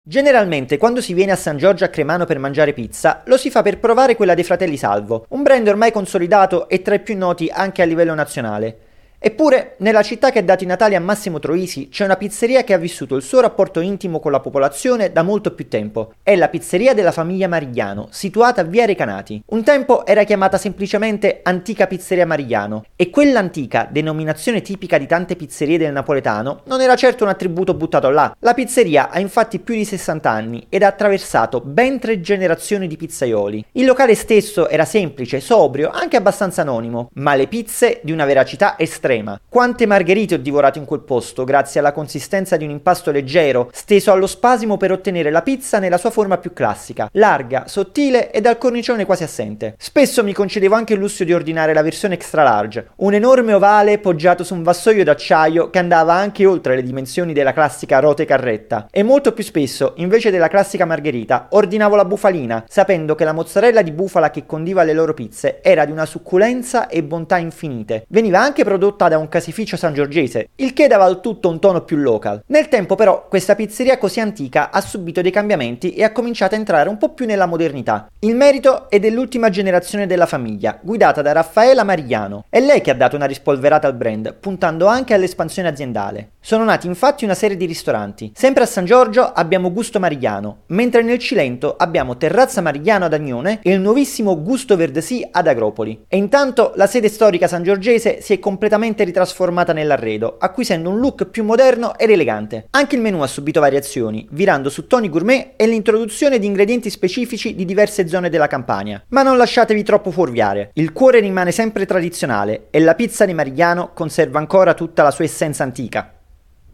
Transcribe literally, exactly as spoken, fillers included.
Generalmente quando si viene a San Giorgio a Cremano per mangiare pizza, lo si fa per provare quella dei Fratelli Salvo, un brand ormai consolidato e tra i più noti anche a livello nazionale. Eppure, nella città che ha dato i natali a Massimo Troisi c'è una pizzeria che ha vissuto il suo rapporto intimo con la popolazione da molto più tempo. È la pizzeria della famiglia Marigliano, situata a via Recanati. Un tempo era chiamata semplicemente Antica Pizzeria Marigliano, e quell'antica, denominazione tipica di tante pizzerie del napoletano, non era certo un attributo buttato là. La pizzeria ha infatti più di sessanta anni ed ha attraversato ben tre generazioni di pizzaioli. Il locale stesso era semplice, sobrio, anche abbastanza anonimo, ma le pizze di una veracità estrema. Quante margherite ho divorato in quel posto grazie alla consistenza di un impasto leggero, steso allo spasimo per ottenere la pizza nella sua forma più classica, larga, sottile e dal cornicione quasi assente. Spesso mi concedevo anche il lusso di ordinare la versione extra large, un enorme ovale poggiato su un vassoio d'acciaio che andava anche oltre le dimensioni della classica rote carretta. E molto più spesso, invece della classica margherita, ordinavo la bufalina, sapendo che la mozzarella di bufala che condiva le loro pizze era di una succulenza e bontà infinite. Veniva anche prodotta da un casificio sangiorgese, il che dava al tutto un tono più local. Nel tempo però questa pizzeria così antica ha subito dei cambiamenti e ha cominciato a entrare un po' più nella modernità. Il merito è dell'ultima generazione della famiglia, guidata da Raffaella Marigliano. È lei che ha dato una rispolverata al brand, puntando anche all'espansione aziendale. Sono nati infatti una serie di ristoranti. Sempre a San Giorgio abbiamo Gusto Marigliano, mentre nel Cilento abbiamo Terrazza Marigliano ad Agnone e il nuovissimo Gusto Verdesì ad Agropoli. E intanto la sede storica sangiorgese si è completamente ritrasformata nell'arredo, acquisendo un look più moderno ed elegante. Anche il menù ha subito variazioni, virando su toni gourmet e l'introduzione di ingredienti specifici di diverse zone della Campania. Ma non lasciatevi troppo fuorviare, il cuore rimane sempre tradizionale e la pizza di Marigliano conserva ancora tutta la sua essenza antica.